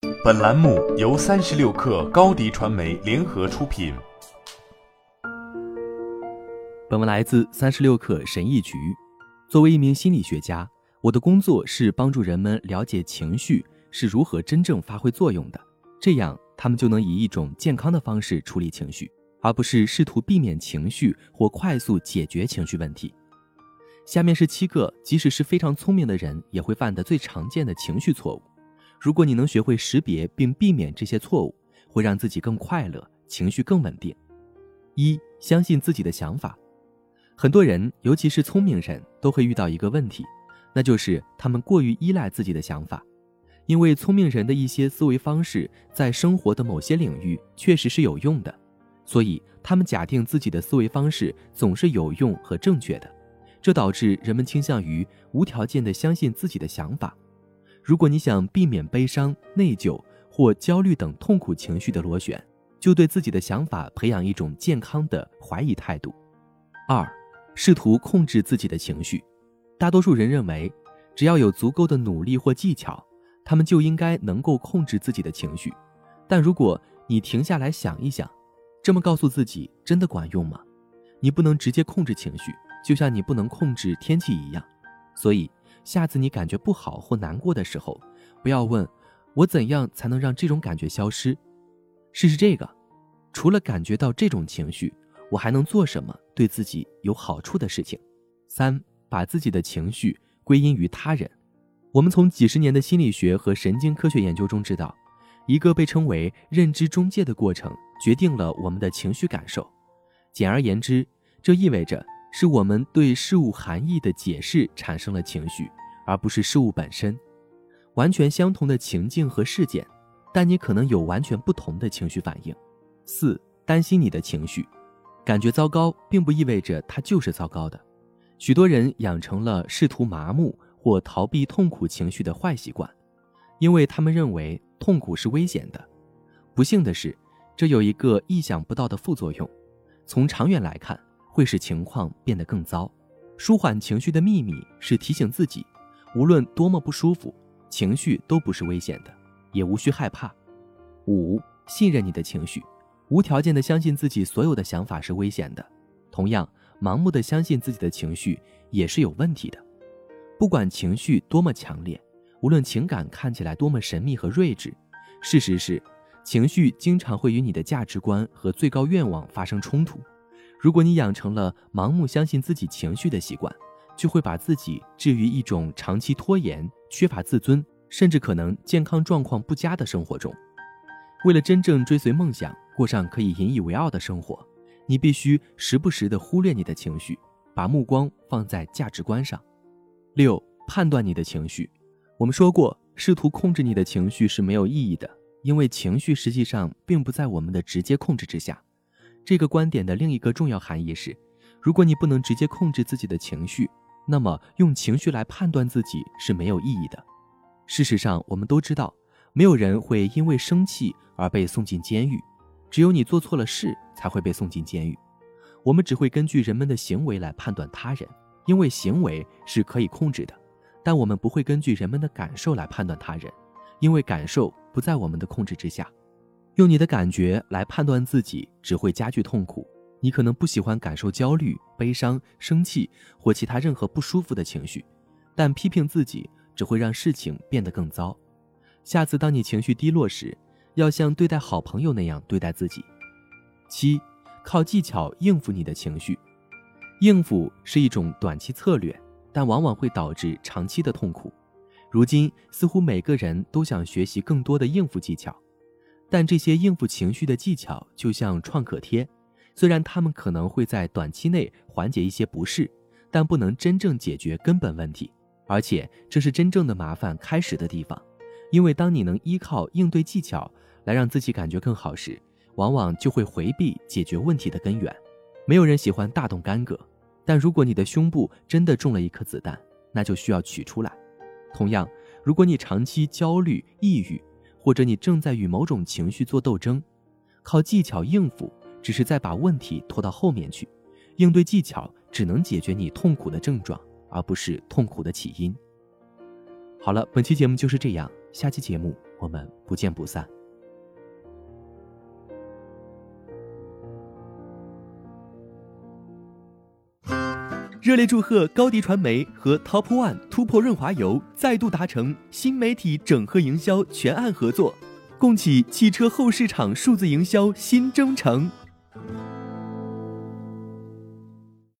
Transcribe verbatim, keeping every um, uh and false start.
本栏目由三十六氪高迪传媒联合出品。 本文来自三十六氪神医局。作为一名心理学家，我的工作是帮助人们了解情绪是如何真正发挥作用的，这样他们就能以一种健康的方式处理情绪，而不是试图避免情绪或快速解决情绪问题。下面是七个即使是非常聪明的人也会犯的最常见的情绪错误。如果你能学会识别并避免这些错误，会让自己更快乐，情绪更稳定。一、相信自己的想法。很多人，尤其是聪明人，都会遇到一个问题，那就是他们过于依赖自己的想法。因为聪明人的一些思维方式在生活的某些领域确实是有用的，所以他们假定自己的思维方式总是有用和正确的，这导致人们倾向于无条件地相信自己的想法。如果你想避免悲伤、内疚或焦虑等痛苦情绪的螺旋，就对自己的想法培养一种健康的怀疑态度。二、试图控制自己的情绪。大多数人认为，只要有足够的努力或技巧，他们就应该能够控制自己的情绪。但如果你停下来想一想，这么告诉自己真的管用吗？你不能直接控制情绪，就像你不能控制天气一样。所以下次你感觉不好或难过的时候，不要问我怎样才能让这种感觉消失，试试这个，除了感觉到这种情绪，我还能做什么对自己有好处的事情。三、把自己的情绪归因于他人。我们从几十年的心理学和神经科学研究中知道，一个被称为认知中介的过程决定了我们的情绪感受。简而言之，这意味着是我们对事物含义的解释产生了情绪，而不是事物本身。完全相同的情境和事件，但你可能有完全不同的情绪反应。四、担心你的情绪。感觉糟糕并不意味着它就是糟糕的。许多人养成了试图麻木或逃避痛苦情绪的坏习惯，因为他们认为痛苦是危险的。不幸的是，这有一个意想不到的副作用，从长远来看，会使情况变得更糟。舒缓情绪的秘密是提醒自己，无论多么不舒服，情绪都不是危险的，也无需害怕。五、信任你的情绪。无条件地相信自己所有的想法是危险的，同样，盲目地相信自己的情绪也是有问题的。不管情绪多么强烈，无论情感看起来多么神秘和睿智，事实是，情绪经常会与你的价值观和最高愿望发生冲突。如果你养成了盲目相信自己情绪的习惯，就会把自己置于一种长期拖延、缺乏自尊，甚至可能健康状况不佳的生活中。为了真正追随梦想，过上可以引以为傲的生活，你必须时不时地忽略你的情绪，把目光放在价值观上。六、判断你的情绪。我们说过，试图控制你的情绪是没有意义的，因为情绪实际上并不在我们的直接控制之下。这个观点的另一个重要含义是，如果你不能直接控制自己的情绪，那么用情绪来判断自己是没有意义的。事实上，我们都知道，没有人会因为生气而被送进监狱，只有你做错了事才会被送进监狱。我们只会根据人们的行为来判断他人，因为行为是可以控制的，但我们不会根据人们的感受来判断他人，因为感受不在我们的控制之下。用你的感觉来判断自己只会加剧痛苦。你可能不喜欢感受焦虑、悲伤、生气或其他任何不舒服的情绪，但批评自己只会让事情变得更糟。下次当你情绪低落时，要像对待好朋友那样对待自己。七、靠技巧应付你的情绪。应付是一种短期策略，但往往会导致长期的痛苦。如今，似乎每个人都想学习更多的应付技巧，但这些应付情绪的技巧就像创可贴，虽然它们可能会在短期内缓解一些不适，但不能真正解决根本问题。而且，这是真正的麻烦开始的地方。因为当你能依靠应对技巧来让自己感觉更好时，往往就会回避解决问题的根源。没有人喜欢大动干戈，但如果你的胸部真的中了一颗子弹，那就需要取出来。同样，如果你长期焦虑、抑郁，或者你正在与某种情绪做斗争，靠技巧应付只是在把问题拖到后面去。应对技巧只能解决你痛苦的症状，而不是痛苦的起因。好了，本期节目就是这样，下期节目我们我们不见不散。热烈祝贺高迪传媒和 Top One 突破润滑油再度达成新媒体整合营销全案合作，共启汽车后市场数字营销新征程。